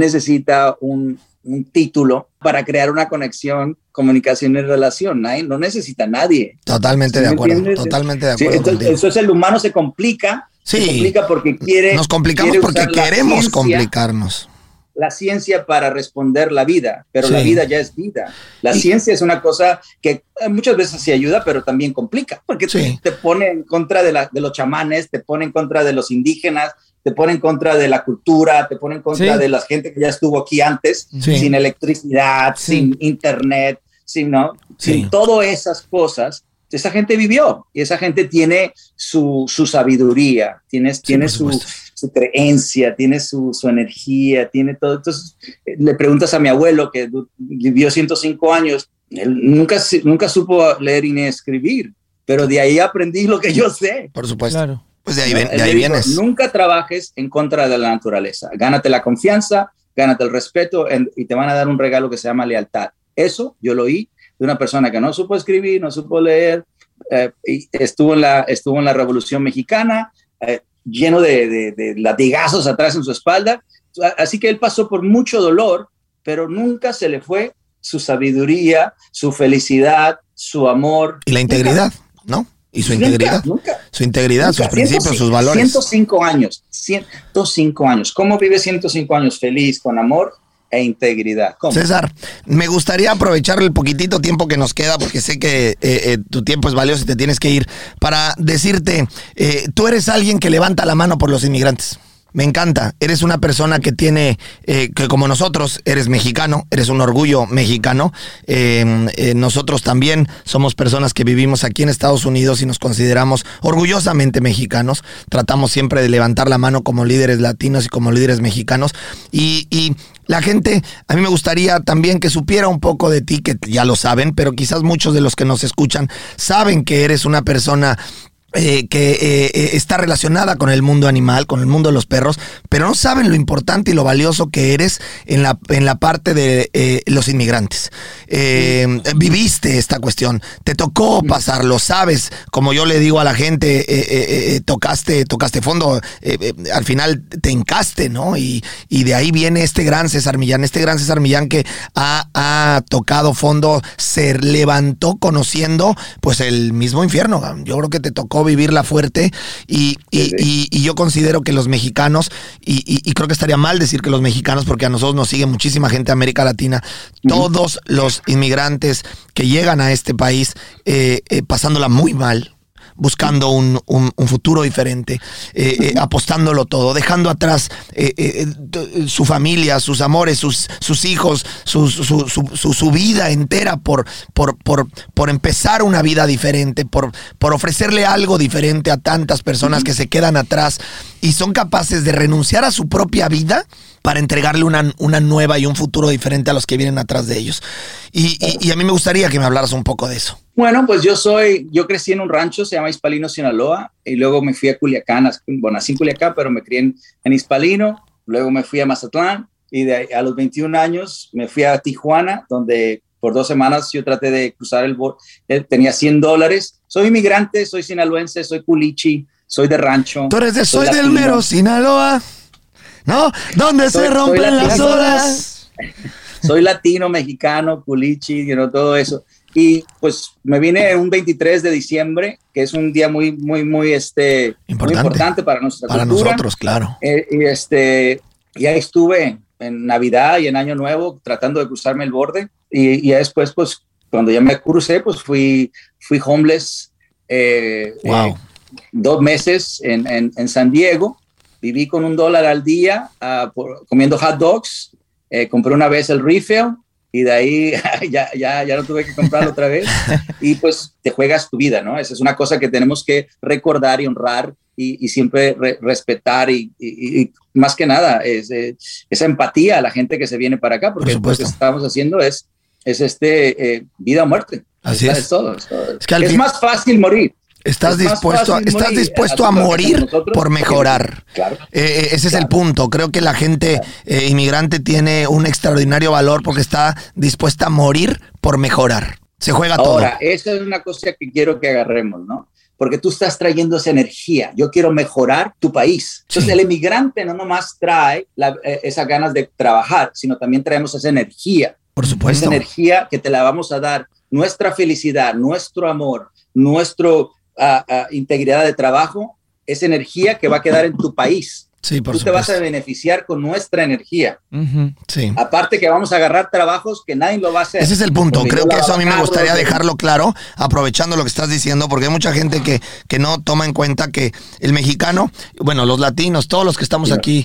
un título para crear una conexión, comunicación y relación? No necesita nadie. Totalmente de acuerdo, totalmente de acuerdo. Sí, entonces el humano se complica. Sí, se complica porque quiere. Nos complicamos porque queremos complicarnos. La ciencia para responder la vida, pero la vida ya es vida. La ciencia es una cosa que muchas veces sí ayuda, pero también complica, porque te pone en contra de los chamanes, te pone en contra de los indígenas, te pone en contra de la cultura, te pone en contra de la gente que ya estuvo aquí antes, sin electricidad, sin internet, sin todas esas cosas. Esa gente vivió y esa gente tiene su sabiduría, tiene su creencia, tiene su energía, tiene todo. Entonces le preguntas a mi abuelo que vivió 105 años, él nunca supo leer ni escribir, pero de ahí aprendí lo que yo sé. Por supuesto. Claro. Pues de ahí vienes. Nunca trabajes en contra de la naturaleza. Gánate la confianza, gánate el respeto y te van a dar un regalo que se llama lealtad. Eso yo lo oí de una persona que no supo escribir, no supo leer, y estuvo en la Revolución Mexicana, lleno de latigazos atrás en su espalda. Así que él pasó por mucho dolor, pero nunca se le fue su sabiduría, su felicidad, su amor. Y la integridad, ¿no? Y su integridad. Nunca. Su integridad, sus principios, sus valores. 105 años. ¿Cómo vive 105 años feliz, con amor e integridad? ¿Cómo? César, me gustaría aprovechar el poquitito tiempo que nos queda, porque sé que tu tiempo es valioso y te tienes que ir, para decirte, tú eres alguien que levanta la mano por los inmigrantes. Me encanta, eres una persona que tiene, que como nosotros, eres mexicano, eres un orgullo mexicano. Nosotros también somos personas que vivimos aquí en Estados Unidos y nos consideramos orgullosamente mexicanos. Tratamos siempre de levantar la mano como líderes latinos y como líderes mexicanos. Y la gente, a mí me gustaría también que supiera un poco de ti, que ya lo saben, pero quizás muchos de los que nos escuchan saben que eres una persona que está relacionada con el mundo animal, con el mundo de los perros, pero no saben lo importante y lo valioso que eres en la parte de los inmigrantes. Viviste esta cuestión, te tocó pasarlo, sabes, como yo le digo a la gente, tocaste fondo, al final te hincaste, ¿no? Y de ahí viene este gran César Millán que ha tocado fondo, se levantó conociendo pues el mismo infierno. Yo creo que te tocó vivirla fuerte y yo considero que los mexicanos, y creo que estaría mal decir que los mexicanos, porque a nosotros nos sigue muchísima gente de América Latina, todos los inmigrantes que llegan a este país pasándola muy mal, buscando un futuro diferente, apostándolo todo, dejando atrás su familia, sus amores, sus hijos, su vida entera por empezar una vida diferente, por ofrecerle algo diferente a tantas personas que se quedan atrás y son capaces de renunciar a su propia vida para entregarle una nueva y un futuro diferente a los que vienen atrás de ellos. Y a mí me gustaría que me hablaras un poco de eso. Bueno, pues yo crecí en un rancho, se llama Hispalino, Sinaloa, y luego me fui a Culiacán, nací en Culiacán, pero me crié en Hispalino, luego me fui a Mazatlán, y a los 21 años me fui a Tijuana, donde por 2 semanas yo traté de cruzar el borde, tenía $100, soy inmigrante, soy sinaloense, soy culichi, soy de rancho. Tú eres soy del mero Sinaloa, ¿no? Donde se rompen las olas. Soy latino, mexicano, culichi, todo eso. Y pues me vine un 23 de diciembre, que es un día muy importante para nuestra cultura. Para nosotros, claro. Y ahí estuve en Navidad y en Año Nuevo tratando de cruzarme el borde. Y después, pues, cuando ya me crucé, pues fui homeless 2 meses en San Diego. viví con $1 al día comiendo hot dogs, compré una vez el refill y de ahí ya no tuve que comprarlo otra vez y pues te juegas tu vida, ¿no? Esa es una cosa que tenemos que recordar y honrar y siempre respetar y más que nada esa empatía a la gente que se viene para acá, porque lo que estamos haciendo es vida o muerte. Así es todo. Es más fácil morir. Estás dispuesto a morir por mejorar. Claro. Ese es el punto. Creo que la gente inmigrante tiene un extraordinario valor porque está dispuesta a morir por mejorar. Se juega todo. Ahora, esa es una cosa que quiero que agarremos, ¿no? Porque tú estás trayendo esa energía. Yo quiero mejorar tu país. Entonces, el emigrante no nomás trae esas ganas de trabajar, sino también traemos esa energía. Por supuesto. Esa energía que te la vamos a dar. Nuestra felicidad, nuestro amor, nuestro integridad de trabajo, esa energía que va a quedar en tu país. Sí, por Tú supuesto. te vas a beneficiar con nuestra energía. Sí. Aparte que vamos a agarrar trabajos que nadie lo va a hacer. Ese es el punto. Creo que eso a mí me gustaría dejarlo claro, aprovechando lo que estás diciendo, porque hay mucha gente que no toma en cuenta que el mexicano, bueno, los latinos, todos los que estamos aquí,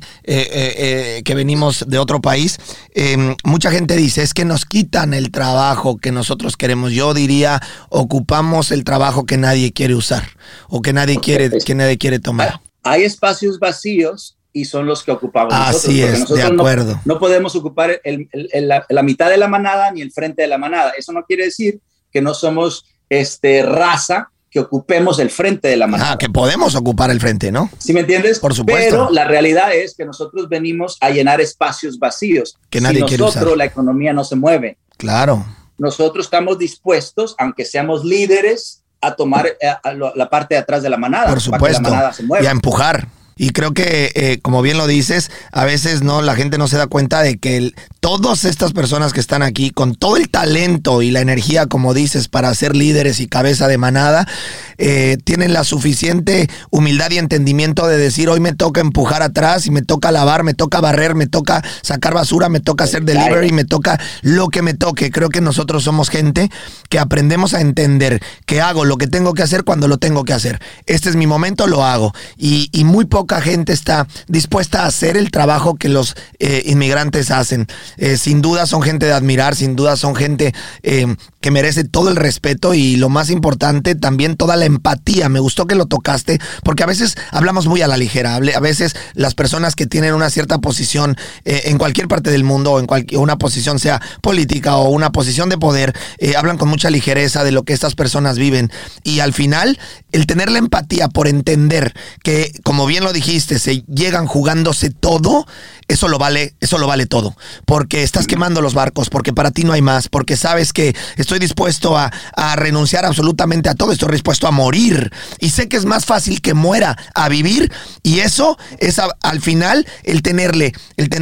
que venimos de otro país, mucha gente dice, es que nos quitan el trabajo que nosotros queremos. Yo diría, ocupamos el trabajo que nadie quiere usar o que nadie quiere tomar. Hay espacios vacíos y son los que ocupamos nosotros. Así es, nosotros de acuerdo. No podemos ocupar la mitad de la manada ni el frente de la manada. Eso no quiere decir que no somos raza que ocupemos el frente de la manada. Que podemos ocupar el frente, ¿no? ¿Sí me entiendes? Por supuesto. Pero la realidad es que nosotros venimos a llenar espacios vacíos. Que nadie quiere usar. La economía no se mueve. Claro. Nosotros estamos dispuestos, aunque seamos líderes, a tomar la parte de atrás de la manada. Por supuesto. Para que la manada se mueva. Y a empujar. Y creo que, como bien lo dices, a veces la gente no se da cuenta de que todas estas personas que están aquí, con todo el talento y la energía, como dices, para ser líderes y cabeza de manada, tienen la suficiente humildad y entendimiento de decir, hoy me toca empujar atrás y me toca lavar, me toca barrer, me toca sacar basura, me toca hacer delivery, me toca lo que me toque. Creo que nosotros somos gente que aprendemos a entender que hago lo que tengo que hacer cuando lo tengo que hacer. Este es mi momento, lo hago. Y muy poca gente está dispuesta a hacer el trabajo que los inmigrantes hacen. Sin duda son gente de admirar, sin duda son gente que merece todo el respeto y lo más importante, también toda la empatía. Me gustó que lo tocaste, porque a veces hablamos muy a la ligera. A veces las personas que tienen una cierta posición en cualquier parte del mundo, o en una posición sea política o una posición de poder, hablan con mucha ligereza de lo que estas personas viven. Y al final, el tener la empatía por entender que, como bien lo dijiste, se llegan jugándose todo, eso lo vale todo. Porque estás quemando los barcos, porque para ti no hay más, porque sabes que estoy dispuesto a renunciar absolutamente a todo, estoy dispuesto a morir. Y sé que es más fácil que muera a vivir, y eso es al final el tenerle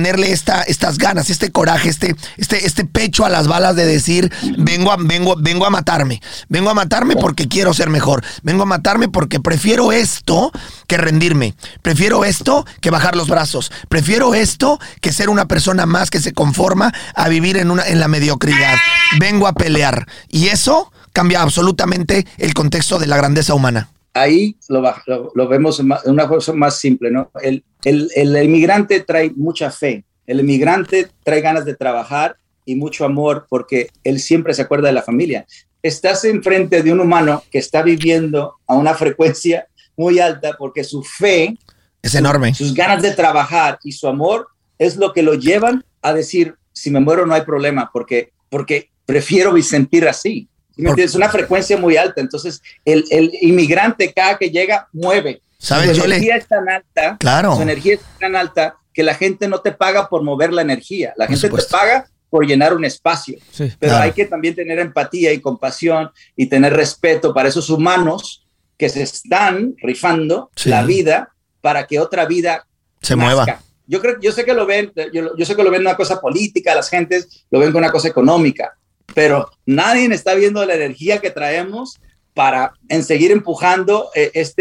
estas ganas, este coraje, este pecho a las balas de decir, vengo a matarme porque quiero ser mejor, vengo a matarme porque prefiero esto que rendirme, prefiero esto que bajar los brazos, prefiero esto que ser una persona más que se conforma a vivir en la mediocridad. Vengo a pelear, y eso cambia absolutamente el contexto de la grandeza humana. Ahí lo vemos en una cosa más simple, ¿no? El inmigrante trae mucha fe, el inmigrante trae ganas de trabajar y mucho amor, porque él siempre se acuerda de la familia. Estás enfrente de un humano que está viviendo a una frecuencia muy alta, porque su fe es enorme. Sus ganas de trabajar y su amor es lo que lo llevan a decir, si me muero no hay problema, porque prefiero sentir así. Es una frecuencia muy alta. Entonces, el inmigrante cada que llega, mueve. ¿Sabes? Su energía es tan alta, claro. Su energía es tan alta que la gente no te paga por mover la energía. La gente te paga por llenar un espacio. Sí, pero claro, hay que también tener empatía y compasión y tener respeto para esos humanos que se están rifando la vida para que otra vida se mueva. Yo sé que lo ven, yo sé que lo ven una cosa política, las gentes lo ven como una cosa económica, pero nadie está viendo la energía que traemos para seguir empujando este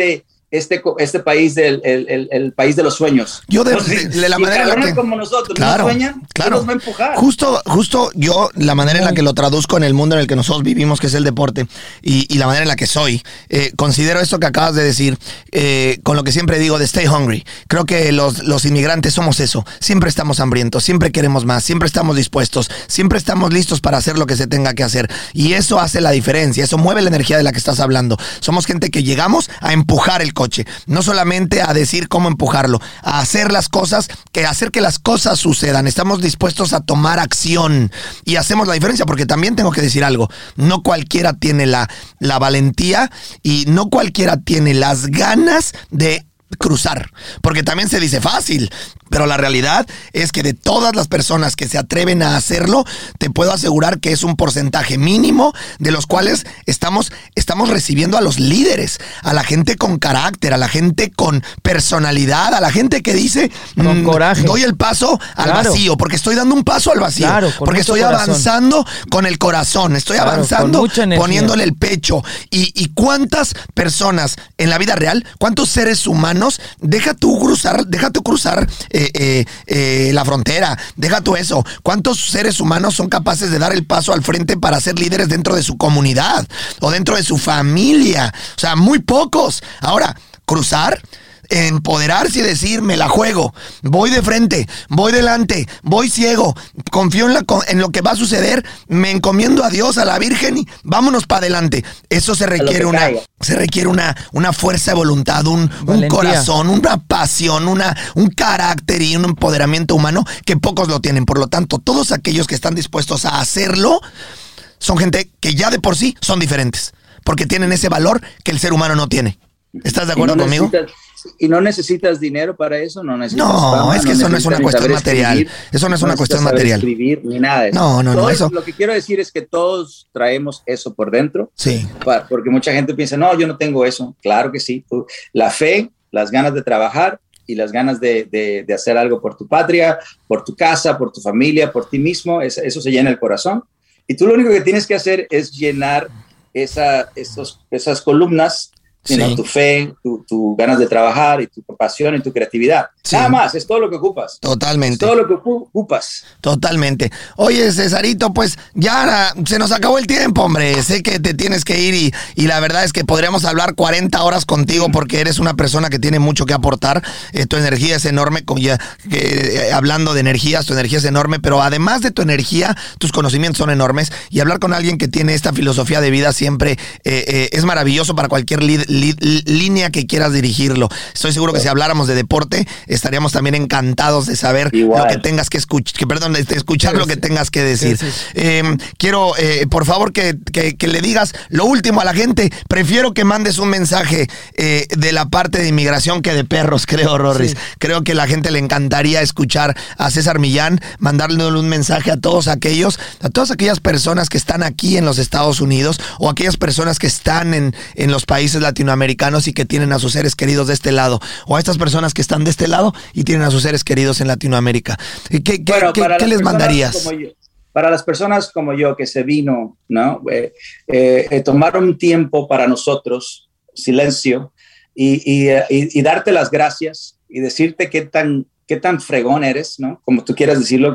este país el país de los sueños. Yo de la manera en la que como nosotros claro, no sueñan, claro, nos va a empujar. Justo yo la manera en la que lo traduzco en el mundo en el que nosotros vivimos, que es el deporte, y la manera en la que soy, considero esto que acabas de decir, con lo que siempre digo de stay hungry. Creo que los inmigrantes somos eso. Siempre estamos hambrientos, siempre queremos más, siempre estamos dispuestos, siempre estamos listos para hacer lo que se tenga que hacer. Y eso hace la diferencia, eso mueve la energía de la que estás hablando. Somos gente que llegamos a empujar el coche, no solamente a decir cómo empujarlo, a hacer las cosas, hacer que las cosas sucedan. Estamos dispuestos a tomar acción y hacemos la diferencia, porque también tengo que decir algo, no cualquiera tiene la valentía y no cualquiera tiene las ganas de cruzar, porque también se dice fácil, pero la realidad es que de todas las personas que se atreven a hacerlo, te puedo asegurar que es un porcentaje mínimo de los cuales estamos recibiendo a los líderes, a la gente con carácter, a la gente con personalidad, a la gente que dice, con coraje, doy el paso al vacío, porque estoy dando un paso al vacío, porque estoy avanzando con el corazón, estoy avanzando poniéndole el pecho. Y cuántas personas en la vida real, cuántos seres humanos, deja tú cruzar la frontera, deja tú eso. ¿Cuántos seres humanos son capaces de dar el paso al frente para ser líderes dentro de su comunidad o dentro de su familia? O sea, muy pocos. Ahora, cruzar, empoderarse y decir, me la juego, voy de frente, voy delante, voy ciego, confío en lo que va a suceder, me encomiendo a Dios, a la Virgen y vámonos para adelante. Eso se requiere una fuerza de voluntad, un corazón, una pasión, un carácter y un empoderamiento humano que pocos lo tienen. Por lo tanto, todos aquellos que están dispuestos a hacerlo son gente que ya de por sí son diferentes, porque tienen ese valor que el ser humano no tiene. ¿Estás de acuerdo conmigo? Y no necesitas dinero para eso, no necesitas fama, es que eso no es una cuestión material. Eso no es una cuestión material. Escribir, ni nada de eso. No, eso. Lo que quiero decir es que todos traemos eso por dentro. Sí. Porque mucha gente piensa, no, yo no tengo eso. Claro que sí. La fe, las ganas de trabajar y las ganas de hacer algo por tu patria, por tu casa, por tu familia, por ti mismo, eso se llena el corazón. Y tú lo único que tienes que hacer es llenar esas columnas. Sí. Tu fe, tu ganas de trabajar y tu pasión y tu creatividad. Sí. Nada más, es todo lo que ocupas. Totalmente. Es todo lo que ocupas. Totalmente. Oye, Cesarito, pues ya se nos acabó el tiempo, hombre. Sé que te tienes que ir y la verdad es que podríamos hablar 40 horas contigo porque eres una persona que tiene mucho que aportar. Tu energía es enorme. Hablando de energías, tu energía es enorme, pero además de tu energía, tus conocimientos son enormes y hablar con alguien que tiene esta filosofía de vida siempre es maravilloso para cualquier línea que quieras dirigirlo. Estoy seguro que si habláramos de deporte estaríamos también encantados de saber lo que tengas que escuchar lo que tengas que decir. Sí. Quiero, por favor, que le digas lo último a la gente. Prefiero que mandes un mensaje de la parte de inmigración que de perros, creo, Rorris. Sí. Creo que a la gente le encantaría escuchar a César Millán, mandarle un mensaje a todas aquellas personas que están aquí en los Estados Unidos o aquellas personas que están en los países latinoamericanos y que tienen a sus seres queridos de este lado, o a estas personas que están de este lado y tienen a sus seres queridos en Latinoamérica. ¿Qué les mandarías? Para las personas como yo que se vino, ¿no? Tomaron un tiempo para nosotros, silencio, y darte las gracias y decirte qué tan fregón eres, ¿no? Como tú quieras decirlo,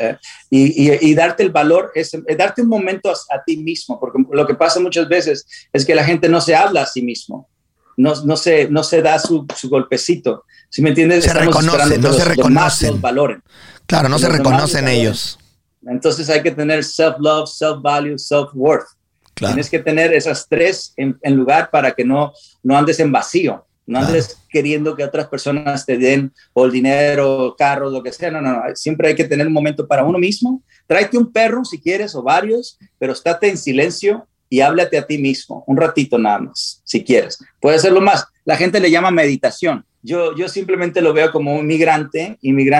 y darte el valor, darte un momento a ti mismo, porque lo que pasa muchas veces es que la gente no se habla a sí mismo, no se da su golpecito, ¿sí me entiendes? No se reconocen. Los valoren. Claro, no se reconocen ellos. Entonces hay que tener self-love, self-value, self-worth. Claro. Tienes que tener esas tres en lugar para que no andes en vacío. No andes queriendo que otras personas te den o el dinero, carros, lo que sea. No. Siempre hay que tener un momento para uno mismo. Tráete un perro si quieres o varios, pero estate en silencio y háblate a ti mismo. Un ratito nada más, si quieres. Puede hacerlo más. La gente le llama meditación. Yo simplemente lo veo como un inmigrante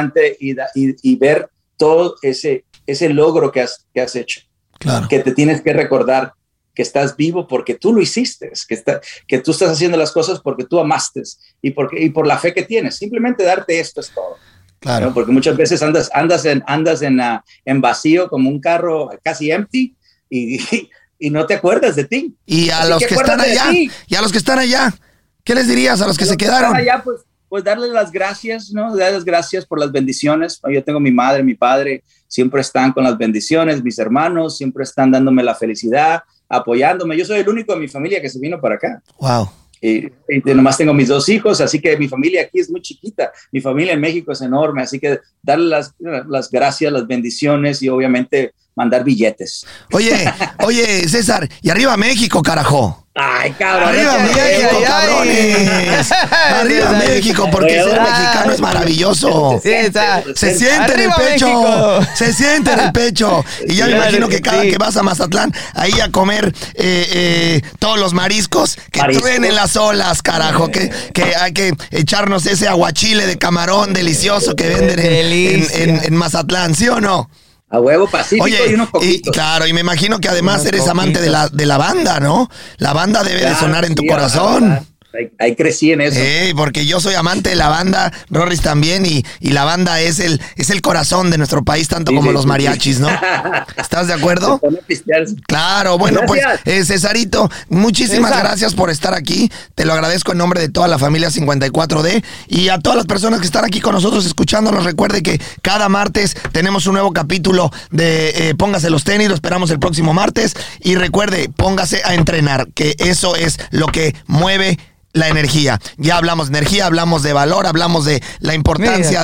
y ver todo ese logro que has hecho. Claro. Que te tienes que recordar que estás vivo porque tú lo hiciste, que tú estás haciendo las cosas porque tú amaste y por la fe que tienes. Simplemente darte esto es todo. Claro. ¿No? Porque muchas veces andas en vacío como un carro casi empty y no te acuerdas de ti. Y a los que están allá, ¿Qué les dirías a los que se quedaron? Allá, pues darles las gracias, ¿no? Darles las gracias por las bendiciones. Yo tengo mi madre, mi padre, siempre están con las bendiciones, mis hermanos siempre están dándome la felicidad, apoyándome. Yo soy el único de mi familia que se vino para acá. Wow. Y nomás tengo mis 2 hijos, así que mi familia aquí es muy chiquita. Mi familia en México es enorme, así que darle las gracias, las bendiciones y obviamente mandar billetes. Oye, César, y arriba México, carajo. Ay, cabrón. Arriba México, cabrones. Arriba México, porque ser mexicano es maravilloso. Se siente en el pecho. México. Se siente en el pecho. Y ya me imagino que cada que vas a Mazatlán, ahí a comer todos los mariscos, que truenen las olas, carajo. Que hay que echarnos ese aguachile de camarón delicioso que venden en Mazatlán, ¿sí o no? A huevo Pacífico. Oye, y unos poquitos. Claro, y me imagino que además eres amante de la banda, ¿no? La banda debe de sonar en tu corazón. Ahí crecí en eso. Porque yo soy amante de la banda, Rorris también, y la banda es el corazón de nuestro país, tanto como los mariachis, ¿no? ¿Estás de acuerdo? Claro, bueno, gracias. Pues, Cesarito, muchísimas gracias por estar aquí. Te lo agradezco en nombre de toda la familia 54D y a todas las personas que están aquí con nosotros escuchándonos. Recuerde que cada martes tenemos un nuevo capítulo de Póngase los tenis, lo esperamos el próximo martes. Y recuerde, póngase a entrenar, que eso es lo que mueve la energía. Ya hablamos de energía, hablamos de valor, hablamos de la importancia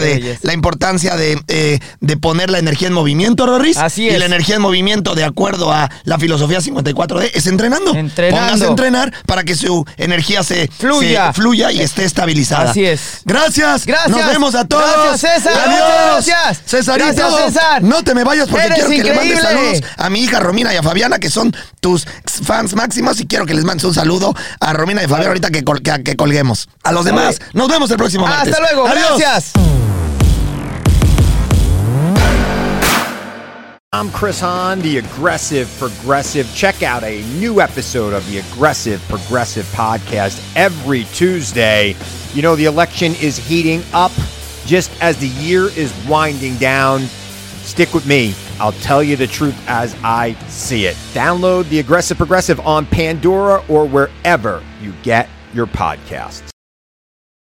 de poner la energía en movimiento, Rorris. Así es. Y la energía en movimiento, de acuerdo a la filosofía 54D, es entrenando. Póngase a entrenar para que su energía se fluya y esté estabilizada. Así es. Gracias. Nos vemos a todos. Gracias, César. Adiós. Gracias. Cesarito. Gracias, César. No te me vayas porque Eres quiero que increíble. le mandes saludos a mi hija Romina y a Fabiana, que son tus fans máximos, y quiero que les mandes un saludo a Romina y a Fabiana ahorita que colguemos. A los demás, nos vemos el próximo martes. Hasta luego. Adiós. Gracias. I'm Chris Hahn, the Aggressive Progressive. Check out a new episode of the Aggressive Progressive podcast every Tuesday. You know, the election is heating up just as the year is winding down. Stick with me. I'll tell you the truth as I see it. Download the Aggressive Progressive on Pandora or wherever you get your podcasts.